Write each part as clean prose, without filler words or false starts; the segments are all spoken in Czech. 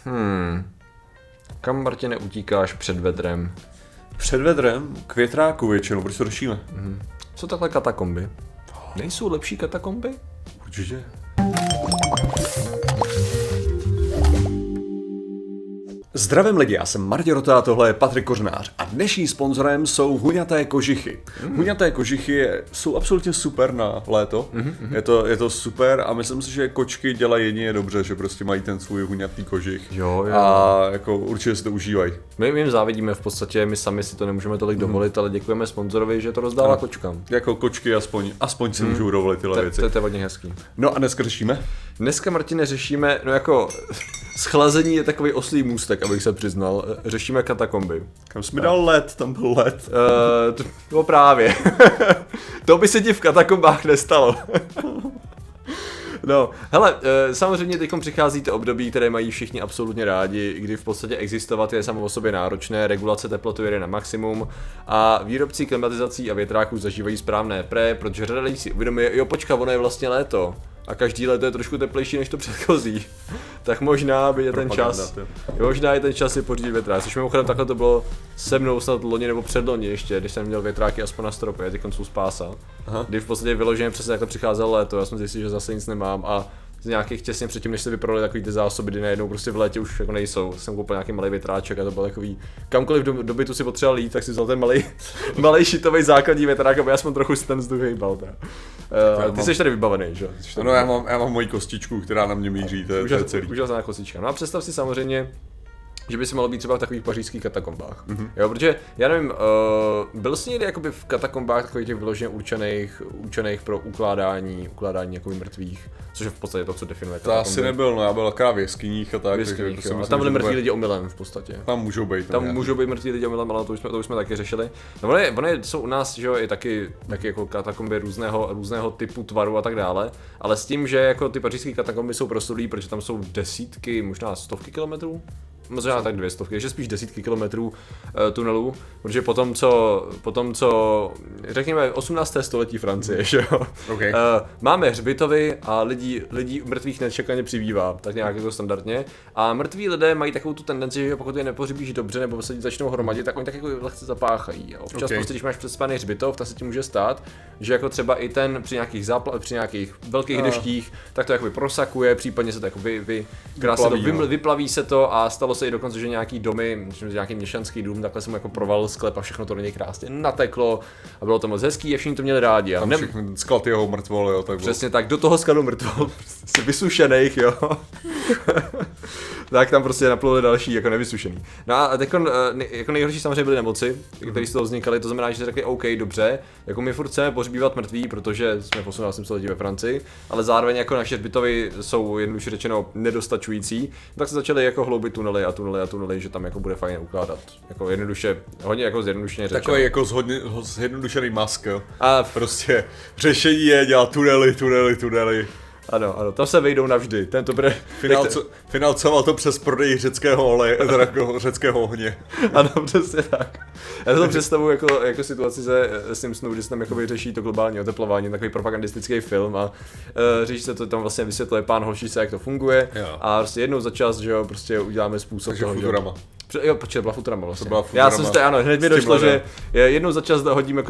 Kam, Martine, utíkáš před vedrem? Před vedrem? K větráku většinou, proč to řešíme? Co takhle katakomby? Nejsou lepší katakomby? Určitě. Zdravím lidi, já jsem Martin Rota a tohle je Patrik Kořenář a dnešním sponzorem jsou huňaté kožichy. Huňaté kožichy jsou absolutně super na léto, je to super a myslím si, že kočky dělají jedině dobře, že prostě mají ten svůj huňatý kožich Jo. a jako určitě si to užívají. My jim závidíme v podstatě, my sami si to nemůžeme tolik dovolit, ale děkujeme sponzorovi, že to rozdává kočkám. Jako kočky aspoň si můžou dovolit tyhle věci. To je hodně hezký. No a dneska řešíme? Dneska, Martine, řešíme, schlazení je takový oslý můstek, abych se přiznal. Řešíme katakomby. Kam jsi mi dal led, tam byl led. No právě. To by se ti v katakombách nestalo. No, hele, samozřejmě teď přichází to období, které mají všichni absolutně rádi, kdy v podstatě existovat je samo o sobě náročné, regulace teploty jede na maximum a výrobci klimatizací a větráků zažívají správné protože řada lidí si uvědomuje, jo počka, ono je vlastně léto. A každý léto je trošku teplejší než to předchozí. Tak možná by je ten čas. Možná je ten čas si pořídit větrák. Což mimochodem takhle to bylo se mnou snad loni nebo předloni ještě, když jsem měl větráky aspoň na stropě, teď jsou spása. Kdy v podstatě vyloženě přesně takhle přicházelo léto, já jsem zjistil, že zase nic nemám a z nějakých těsně předtím, než se vyprodaly takový ty zásoby, kdy najednou prostě v létě už jako nejsou. Jsem koupil nějaký malý větráček a to byl takový, kamkoliv do bytu si potřeboval jít, tak si vzal ten malý šitový základní větrák, aby aspoň trochu si ten vzduch hejbal. Ty jsi tady vybavený, že? No já mám moji kostičku, která na mě míří, to je celý. Úžasná kostička. No a představ si samozřejmě, že by se malo být třeba v takových pařížských katakombách. Jo, protože já nevím, byl jsi někdy jakoby v katakombách takových těch vyloženě určených pro ukládání jakoby mrtvých, což je v podstatě to, co definuje katakomby. To asi nebyl, no já byl akorát v jeskyních a tak. A tam byli mrtví lidi omylem v podstatě. Tam můžou být. Tam můžou být mrtví lidi omylem, ale to už jsme taky řešili. No ono jsou u nás, že jo, i taky jako katakomby různého typu tvaru a tak dále, ale s tím, že jako ty pařížské katakomby jsou proslulý, protože tam jsou desítky, možná stovky kilometrů. Možná tak 200, takže spíš desítky kilometrů tunelů, protože potom co řekněme 18. století Francie, že jo, máme hřbitovy a lidí mrtvých nečekaně přibývá, tak nějak jako standardně a mrtví lidé mají takovou tu tendenci, že pokud je nepohřbíš dobře nebo se začnou hromadit, tak oni tak jako lehce zapáchají. A občas prostě, když máš přespaný hřbitov, tak se ti může stát, že jako třeba i ten při nějakých velkých deštích, tak to jakoby prosakuje, případně se to jako vyplaví se to a stalo se i dokonce, že nějaký domy, myslím, že nějaký měšťanský dům, takhle jsem jako provalil sklep a všechno to do něj krásně nateklo a bylo to moc hezký a všichni to měli rádi. Tam všechny sklad jeho mrtvol, jo, tak bylo. Přesně tak, do toho skladu mrtvol, vysušených, jo. Tak tam prostě napluli další, jako nevysušený. No a teď jako nejhorší samozřejmě byly nemoci, které z toho vznikaly, to znamená, že si řekli OK, dobře, jako my furt chceme pohřbívat mrtví, protože jsme v 18. století ve Francii, ale zároveň jako naše hřbitovy jsou jednoduše řečeno nedostačující, tak se začaly jako hloubit tunely, že tam jako bude fajn ukládat. Jako jednoduše, hodně jako zjednodušeně řečeno. Takový jako zjednodušený mask, jo. A prostě řešení je dělat tunely. Ano, tam se vejdou navždy. Tento bude financoval to přes prodej řeckého oleje, řeckého ohně. Ano, přesně tak. Já to představuji jako situaci ze Simpsonů, kdy se tam jakoby řeší to globální oteplování, takový propagandistický film a řeší se to, tam vlastně vysvětluje pán Hošice, jak to funguje. Jo. A prostě jednou za čas, že jo, prostě uděláme způsob. Takže toho, Futurama. Jo, počkej, byla Futurama vlastně. Já jsem si ano, hned mi došlo, že jednou za čas hodíme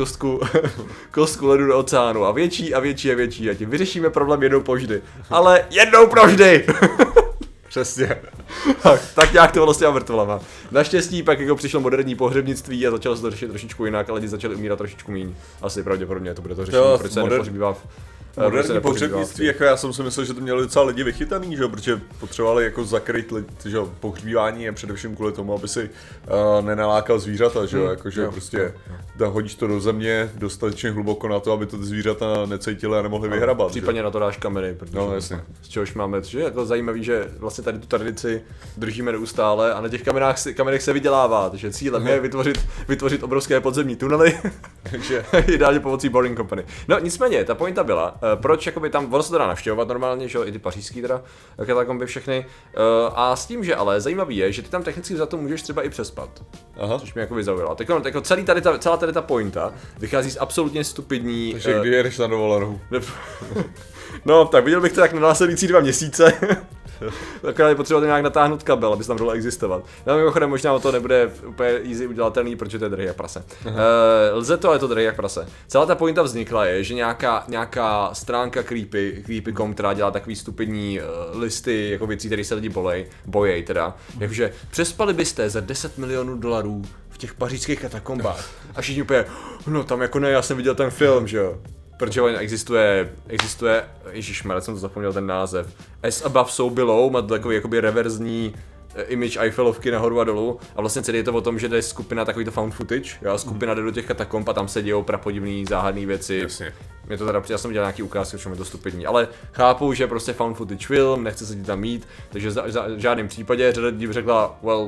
kostku ledu do oceánu a větší a tím vyřešíme problém jednou povždy. Ale jednou provždy! Přesně. Tak nějak to vlastně mrtvolama. Naštěstí pak jako přišlo moderní pohřebnictví a začalo se to řešit trošičku jinak a lidi začali umírat trošičku míň. Asi pravděpodobně to bude to řešení, proč se nepohřbívá moderní pohřebnictví, jako já jsem si myslel, že to měli docela lidi vychytaný, že? Protože potřebovali jako zakryt že pohřbívání je především kvůli tomu, aby si nenalákal zvířata, že? Jakože prostě hodíš to do země dostatečně hluboko na to, aby to ty zvířata necítily a nemohly vyhrabat. Případně na to dáš kamery, protože z čehož máme, že je jako zajímavý, že vlastně tady tu tradici držíme neustále a na těch kamerech se vydělává, takže cílem je vytvořit obrovské podzemní tunely, ideálně pomocí Boring Company. No nicméně, ta pointa byla, proč jakoby tam, ono se to dá navštěvovat normálně, že jo, i ty pařížský teda, katakomby všechny, a s tím, že ale zajímavý je, že ty tam technicky za to můžeš třeba i přespat. Aha. Což mě jakoby zaujalo. Tak jako celá tady ta pointa vychází z absolutně stupidní. Takže kdy jedeš na dovolenou? No, tak viděl bych to tak na následující 2 měsíce. Akorát je potřeba to nějak natáhnout kabel, aby se tam mohlo existovat. No mimochodem možná o to nebude úplně easy udělatelný, protože to je drahý jak prase. Lze to, ale je to drahý jak prase. Celá ta pointa vznikla je, že nějaká stránka Creepy.com, která dělá takový stupidní listy jako věcí, které se lidi bojí teda. Jakože přespali byste za $10 milionů v těch pařížských katakombách. A všichni úplně, no tam jako ne, já jsem viděl ten film, že jo. Protože existuje, ježišmarja, jsem to zapomněl ten název. As Above So Below, má takový jakoby reverzní image Eiffelovky nahoru a dolů. A vlastně celý je to o tom, že jde skupina takovýto found footage, jo, skupina jde do těch katakomb a tam se dějou prapodivný záhadný věci. Jasně. Mě to teda, já jsem dělal nějaký ukázky, všem je to stupidní, ale chápu, že prostě found footage film, nechce se ti tam mít, takže v žádném případě řada lidí řekla, well,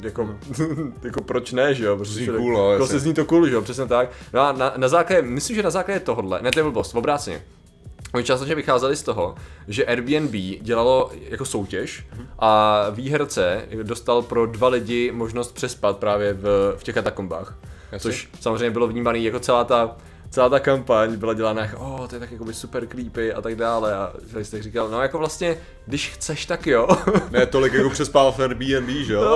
jako proč ne, že jo? Prostě cool, no, prostě zní to cool, že jo, přesně tak. No a na základě, myslím, že na základě tohohle, ne to je blbost, obráceně. Oni částečně vycházeli z toho, že Airbnb dělalo jako soutěž a výherce dostal pro 2 lidi možnost přespat právě v těch katakombách. Což samozřejmě bylo vnímané jako celá ta kampaň byla dělána jako, to je tak jakoby super creepy a tak dále a jste říkal, no jako vlastně, když chceš, tak jo. Ne tolik jako přespál v Airbnb, že jo?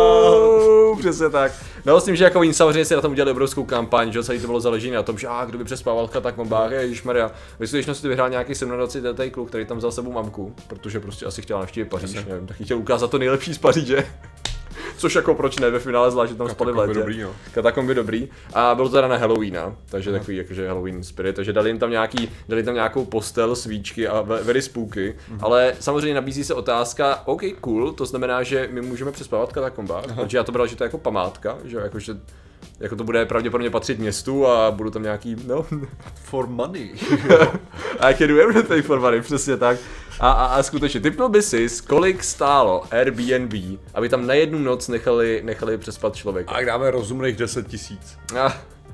Přesně tak. No s tím, že jako oni samozřejmě si na tom udělali obrovskou kampaň, že celý to bylo založené na tom, že kdo by přespával v katakombách, ježišmarja. Ve skutečnosti vyhrál nějaký 27letý kluk, který tam vzal sebou mamku, protože prostě asi chtěl navštívit Paříž, nevím, taky chtěl ukázat to nejlepší z Paříže. Což jako proč ne, ve finále zvlášť, že tam spali v létě. Dobrý, no. Katakomby dobrý. A bylo to teda na Halloweena, takže takový jakože Halloween spirit, takže dali tam nějakou postel, svíčky a very spooky, ale samozřejmě nabízí se otázka, OK, cool, to znamená, že my můžeme přespávat v katakombách, protože já to bral, že to je jako památka, že jakože jako to bude pravděpodobně patřit městu a budou tam nějaký, no... For money. I can do everything for money, přesně tak. A skutečně, tipnul by si, kolik stálo Airbnb, aby tam na jednu noc nechali přespat člověka. A dáme rozumných 10 000.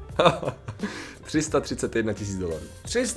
$331 000.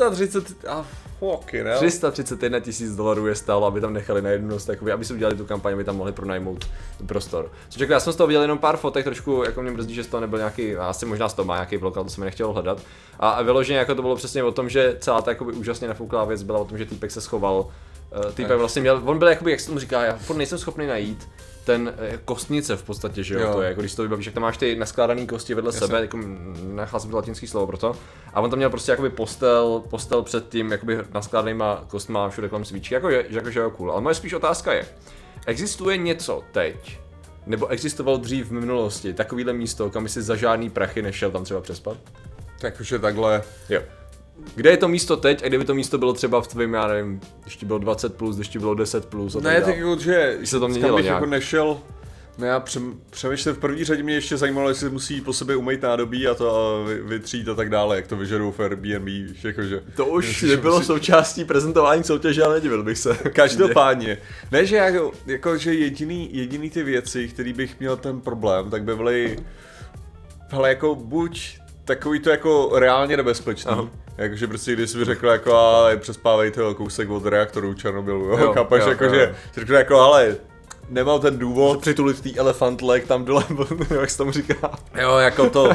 331 $331 je stálo, aby tam nechali na jednu noc takový, aby si udělali tu kampaň, aby tam mohli pronajmout prostor. Což jako já jsem z toho viděl jenom pár fotek, trošku jako mě brzdí, že z toho nebyl nějaký, asi možná z toho má nějaký blok, ale to jsem nechtěl hledat. A vyloženě jako to bylo přesně o tom, že celá ta jakoby úžasně nafouklá věc byla o tom, že týpek se schoval. Týpek vlastně měl, on byl jakoby, jak se tomu říká, já furt nejsem schopný najít ten kostnice v podstatě, že jo, to je, jako když to vybavíš, jak tam máš ty naskládaný kosti vedle sebe, jako nacházím jsem to latinský slovo pro to. A on tam měl prostě jakoby postel před tím jakoby naskládanýma kostma, všude kolem svíčky, jakože jo, cool. Ale moje spíš otázka je, existuje něco teď, nebo existovalo dřív v minulosti takovýhle místo, kam by si za žádný prachy nešel tam třeba přespat? Tak už je takhle. Jo. Kde je to místo teď a kdyby to místo bylo třeba v tvým, já nevím, když ti bylo 20+, když ti bylo 10+, ne, tak jako, že se to měnilo nějak. Jako nešel, no já přemýšlím, v první řadě mě ještě zajímalo, jestli musí po sobě umýt nádobí a to a vytřít a tak dále, jak to vyžadují v Airbnb, jakože. To už nebylo součástí prezentování soutěže, ale nedivil bych se. Každopádně. Ne, že jako že jediný ty věci, který bych měl ten problém, tak by byly, hele, jako buď takový to jako reálně nebezpečný. Aha. Jakože prostě když jsi řekl jako přespávejte kousek od reaktoru Černobylu, jo, chápeš, jakože řekl jako ale nemal ten důvod. Přitulit tý elefant leg tam dole, jak se tomu říká. Jo, jako to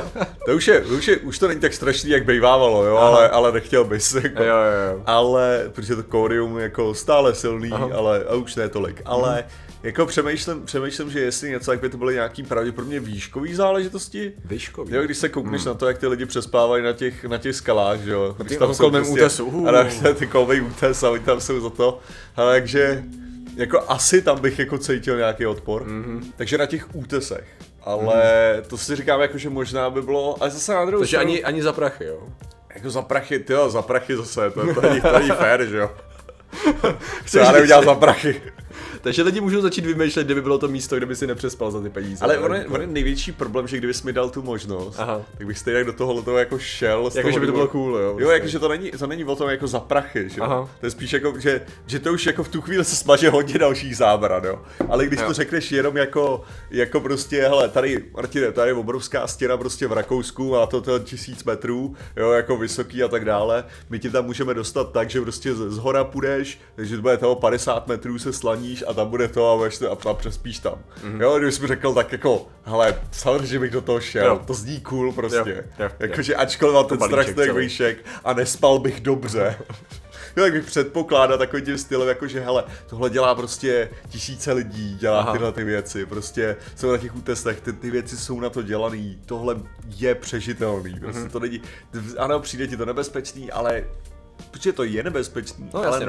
už to není tak strašný, jak bejvávalo, jo, ale nechtěl bys, jako. Jo. Ale, protože to kórium jako stále silný, ale a už ne tolik, ale jako přemýšlím, že jestli něco, jak by to byly nějaký pravděpodobně výškový záležitosti. Výškový? Jo, když se koukneš na to, jak ty lidi přespávají na těch skalách, že jo. Když tam jsou kolmém útesu. A ty kolmej útes a oni tam jsou za to. Ale takže jako asi tam bych jako cítil nějaký odpor. Takže na těch útesech. Ale to si říkám jako, že možná by bylo, ale zase na druhou stranu. Takže ani za prachy, jo. Jako za prachy zase, to není fér, že jo. Co já neudělal za prachy. Takže lidi můžou začít vymýšlet, kde by bylo to místo, kde by si nepřespal za ty peníze. Ale on je největší problém, že kdybys mi dal tu možnost, tak bych stejně do toho jako šel. Jakože by to bylo cool, jo. Jo, jakože to není o tom jako za prachy, že jo. To je spíš jako, že to už jako v tu chvíli se smaže hodně dalších zábran, jo. Ale když to řekneš jenom jako prostě, hele, tady, Martine, tady je obrovská stěna prostě v Rakousku, má to 1000 metrů, jo, jako vysoký a tak dále. My ti tam můžeme dostat tak, že prostě z hora půjdeš, takže to bude toho 50 metrů se slaníš a tam bude to a přespíš tam. Jo, kdybys mi řekl tak jako, hele, samozřejmě bych do toho šel, to zní cool prostě. Jakože ačkoliv mám ten strach z těch výšek a nespal bych dobře, tak bych předpokládal takovým tím stylem, jako že hele, tohle dělá prostě tisíce lidí, dělá tyhle ty věci, prostě jsou na těch útestech, ty věci jsou na to dělaný, tohle je přežitelný, prostě to není, ano, přijde ti to nebezpečný, ale protože to je nebezpečný, no, ale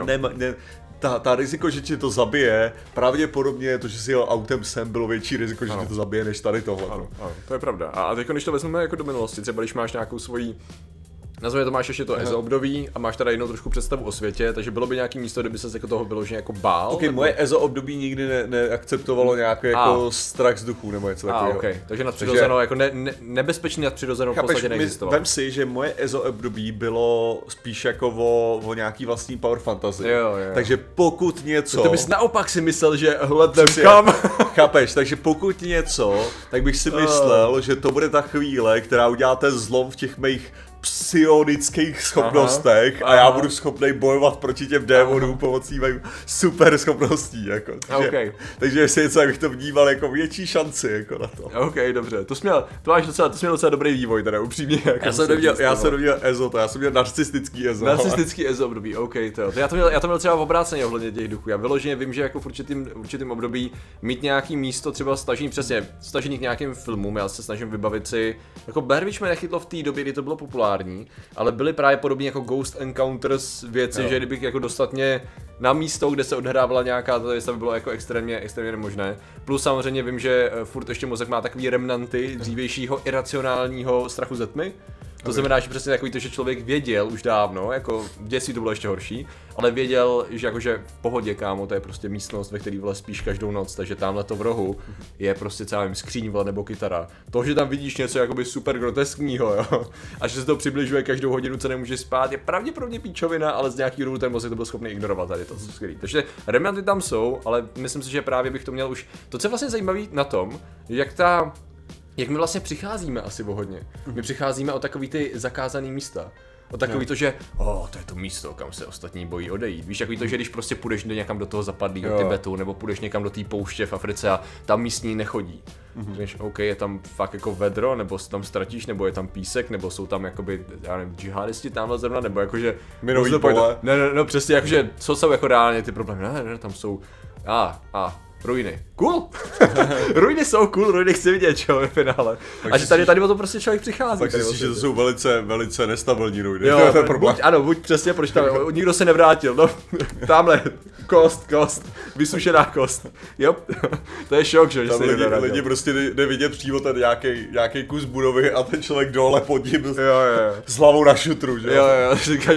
ta riziko, že ti to zabije, pravděpodobně to, že si jel autem sem, bylo větší riziko, že ti to zabije, než tady tohle. Ano, to je pravda. A teď, když to vezmeme jako do minulosti, třeba když máš nějakou svoji, nazveme to, máš ještě to EZO období a máš teda jinou trošku představu o světě, takže bylo by nějaký místo, kde by se jako toho vyloženě jako bál? Ok, nebo... moje EZO období nikdy neakceptovalo nějaký jako strach z duchů nebo něco takového. Okay. Takže nadpřirozeno, jako nebezpečný nadpřirozeno v podstatě neexistovalo. Vem si, že moje EZO období bylo spíš jako o nějaký vlastní power fantasy. Jo. Takže pokud něco... To bys naopak si myslel, že hledem kam. Chápeš, takže pokud něco, tak bych si myslel, že to bude ta chvíle, která udělá ten zlom v těch mých psionických schopnostech a já budu schopný bojovat proti těm démonům pomocí mých super schopností, jako. Takže jestli něco, jak bych to vnímal jako větší šanci, jako na to. Ok, dobře, to měl docela dobrý vývoj, teda upřímně. Jako já jsem neměl EZO, já jsem měl narcistický EZO. Narcistický EZO období, ok, já to měl třeba v obráceně ohledně těch duchů, já vyloženě vím, že jako v určitým období mít nějaký místo, třeba stažení k nějakým filmům, já se snažím vybavit si, jako Blair Witch mě nechytlo v té době, kdy to bylo populární, ale byly právě podobně jako Ghost Encounters věci, že kdybych jako dostatně na místo, kde se odhrávala nějaká ta věc, by bylo jako extrémně nemožné. Plus samozřejmě vím, že furt ještě mozek má takový remnanty dřívějšího iracionálního strachu ze tmy. To znamená, že přesně takový to, že člověk věděl už dávno, jako v dětství to bylo ještě horší, ale věděl, že jakože v pohodě, kámo, to je prostě místnost, ve které vole spíš každou noc, takže tamhle to v rohu je prostě celá skříň vole nebo kytara. To, že tam vidíš něco jakoby super groteskního, jo, a že se to přibližuje každou hodinu, co nemůžeš spát, je pravděpodobně píčovina, ale z nějaký důvodu ten mozek to byl schopný ignorovat tady to, co skvělý. Takže remnanty tam jsou, ale myslím si, že právě bych to měl už. To, co je vlastně zajímavý na tom, jak my vlastně přicházíme asi o hodně. My přicházíme o takový ty zakázaný místa. O takový to, že to je to místo, kam se ostatní bojí odejít. Víš, takový to, že když prostě půjdeš někam do toho zapadlého Tibetu, nebo půjdeš někam do té pouště v Africe a tam místní nechodí. Víš, OK, je tam fakt jako vedro, nebo se tam ztratíš, nebo je tam písek, nebo jsou tam jakoby, já nevím, džihadisti tamhle zrovna, nebo jakože... Minový pole. Ne, přesně, jakože, co jsou jako reálně ty problémy, ne, tam jsou, ruiny. Cool! Ruiny jsou cool, ruiny chci vidět, čo, ve finále. A že tady o to prostě člověk přichází. Tak si myslíš, že to jsou velice nestabilní ruiny. Jo, to je problém. Buď přesně, proč tam, nikdo se nevrátil, no, tamhle, kost, vysušená kost. Jo, to je šok, že tam lidi prostě nevidět přímo ten nějaký kus budovy a ten člověk dole pod ním s hlavou na šutru, že jo. Říkají,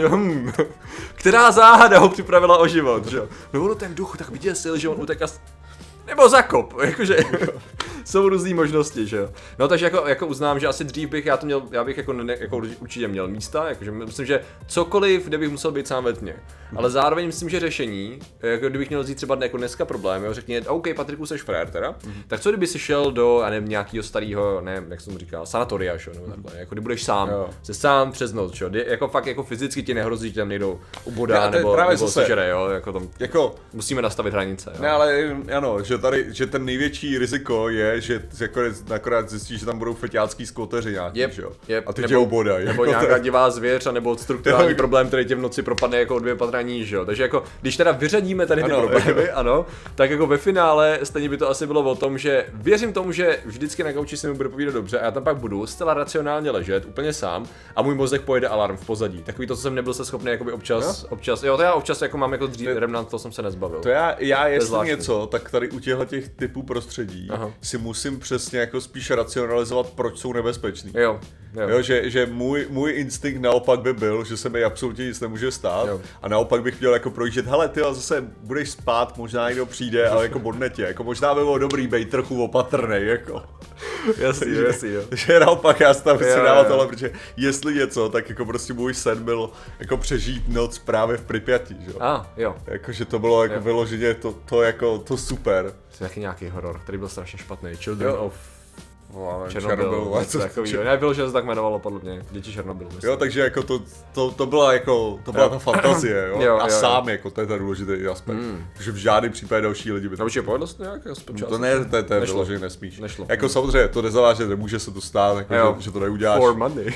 která záhada ho připravila o život, že jo. No ten duch tak vyděsil, že on utekl nebo zakop, jakože jsou různý možnosti, že jo. No takže jako uznám, že asi dřív bych já bych jako určitě měl místa, jakože myslím, že cokoliv, kde bych musel být sám ve tmě. Ale zároveň myslím, že řešení, jako kdybych měl vzít třeba jako dneska problém, jo, řekni, OK, Patriku, seš frér teda, tak co kdyby si šel do, já nevím, nějakého starého, nevím, jak jsem mu říkal, sanatoria, šo, nebo takhle, jako kdy budeš sám, jsi sám přes noc, čo, jako fakt jako fyzicky ti nehrozí, že tam nejdou ubodá, nebo sežere, jo, jako tam, musíme nastavit hranice, jo. Ne, ale ano, že ten největší riziko je, že nakonec zjistíš, že tam budou feťácký skvoteři nějaký, jo. A ty tě ubodají. Nebo nějaká divá zvěř, nebo strukturální problém, který tě v noci propadne jako o 2 patra níž, jo. Takže jako, když teda vyřadíme tady ty problémy, tak jako ve finále stejně by to asi bylo o tom, že věřím tomu, že vždycky na gauči se mi bude povídat dobře a já tam pak budu zcela racionálně ležet, úplně sám a můj mozek pojede alarm v pozadí. Takový to, co jsem nebyl se schopný jakoby občas, to já občas jako mám jako dřív remnant, to jsem se nezbavil. To já jestli něco, tak tady u těch typů prostředí si musím přesně jako spíš racionalizovat, proč jsou nebezpeční. Jo, že můj instinkt naopak by byl, že se mi absolutně nic nemůže stát a naopak bych měl jako projíždět, hele ty zase budeš spát, možná někdo přijde, ale jako bodne tě, jako možná by bylo dobrý být trochu opatrnej, jako. Jasný, jo. Takže naopak já si tam chci dávat tohle, protože jestli něco, tak jako prostě můj sen byl jako přežít noc právě v Pripyati, že jo. Jo. Jakože to bylo jako vyloženě to super. To je taky nějaký horor, který byl strašně špatný. Children of Černobyl, ne, bylo, že se tak jmenovalo podle mě, Děti Černobyl. Jo, takže jako to byla jako, to byla ta fantazie, jo? A sám jako, to je ten důležitý aspekt, že v žádném případě další lidi by to... Určitě povedlo se to nějak zpočátku? To ne, to je bylo, že nesmíš. Jako samozřejmě, to nezaváže, nemůže se to stát, jako, že to neuděláš. For money.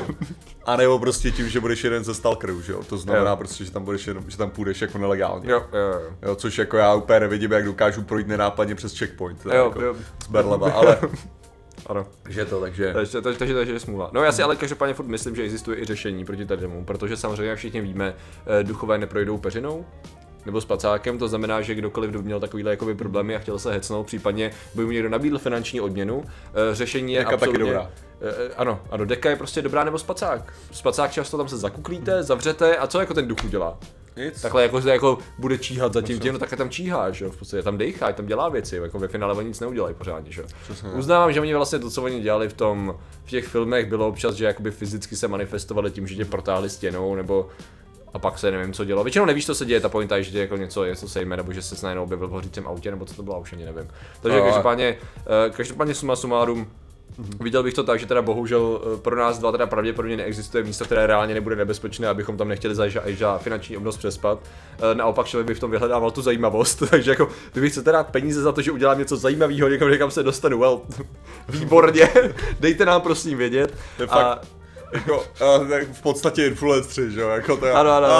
A nebo prostě tím, že budeš jeden ze stalkerů, že jo? To znamená prostě, že tam budeš jenom, že tam půjdeš jako nelegálně. Jo, což jako já úplně nevidím, jak dokážu projít nenápadně přes checkpoint. Jako z Berleva, ale... Ano. Takže to, takže je smůla. No já si ale každopádně furt myslím, že existuje i řešení proti tady, protože samozřejmě všichni víme, duchové neprojdou peřinou nebo spacákem, to znamená, že kdokoliv, kdo měl takovýhle jakoby problémy a chtěl se hecnout, případně by mu někdo nabídl finanční odměnu, řešení je Deka absolutně... taky dobrá. Ano, deka je prostě dobrá nebo spacák. Spacák často tam se zakuklíte, zavřete a co jako ten duch udělá? Nic. Takhle jako bude číhat za tím, no takhle tam číháš, jo, v podstatě tam dejchá, tam dělá věci, jako ve finále oni nic neudělají pořádně, že? Uznávám, že oni vlastně to, co oni dělali v těch filmech, bylo občas, že jakoby fyzicky se manifestovali tím, že tě protáhli stěnou, nebo a pak se nevím, co dělo. Většinou nevíš, co se děje, ta pointa je, že tě jako něco sejme, nebo že se najednou objevil v hořícím autě, nebo co to bylo, už ani nevím. Takže každopádně suma sumárum, viděl bych to tak, že teda bohužel pro nás dva teda pravděpodobně neexistuje místo, které reálně nebude nebezpečné, abychom tam nechtěli za finanční obnos přespat. Naopak člověk by v tom vyhledával tu zajímavost, takže jako kdybych chcete dát peníze za to, že udělám něco zajímavého, někam se dostanu, well, výborně, dejte nám prosím vědět. Jako, v podstatě influenceri, že jo, jako to je,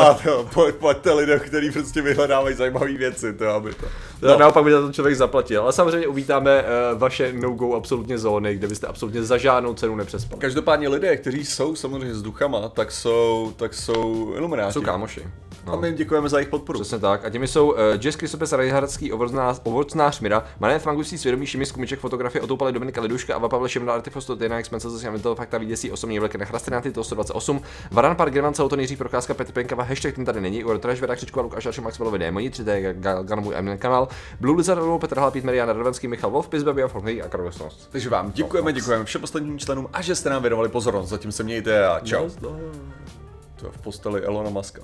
pojďte lidem, kteří prostě vyhledávají zajímavé věci, to aby to. No. Naopak by za to člověk zaplatil, ale samozřejmě uvítáme vaše no-go absolutně zóny, kde byste absolutně za žádnou cenu nepřespali. Každopádně lidé, kteří jsou samozřejmě s duchama, tak jsou ilumináti. Jsou kámoši. No. A my jim děkujeme za jejich podporu. Přesně tak. A těmi jsou Jess Kristopes Rejhardský, ovocnář Mira, Mané Fangusí, Svědomí Šimis, Kumiček, fotografie, Otoupali Dominika Liduška, Ava Pavle Šimla, Artifos, Totena, Expense, Zasiam, to fakta, Víděsí, osobní vlek, Nechrastinaty, to 128, Varan Park, Gervan, Auto, Jiří Procházka, Petr Penkava, hashtag ten tady není, Trash, Věda Křičková, Lukáš Další, Maxwellovi démoni, 3D, Ganamůj Emil kanál, Blue Lizard, Petr Halpít, Mariana Radvenský, Michal Wolf, Pizbaby a Forney a Karlosnost. Takže vám děkujeme všem ostatním členům a že jste nám věnovali pozornost. Zatím se mějte a čau. To je v posteli Elona Muska.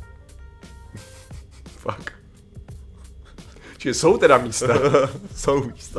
Fuck. Čiže jsou teda místa. Jsou místa.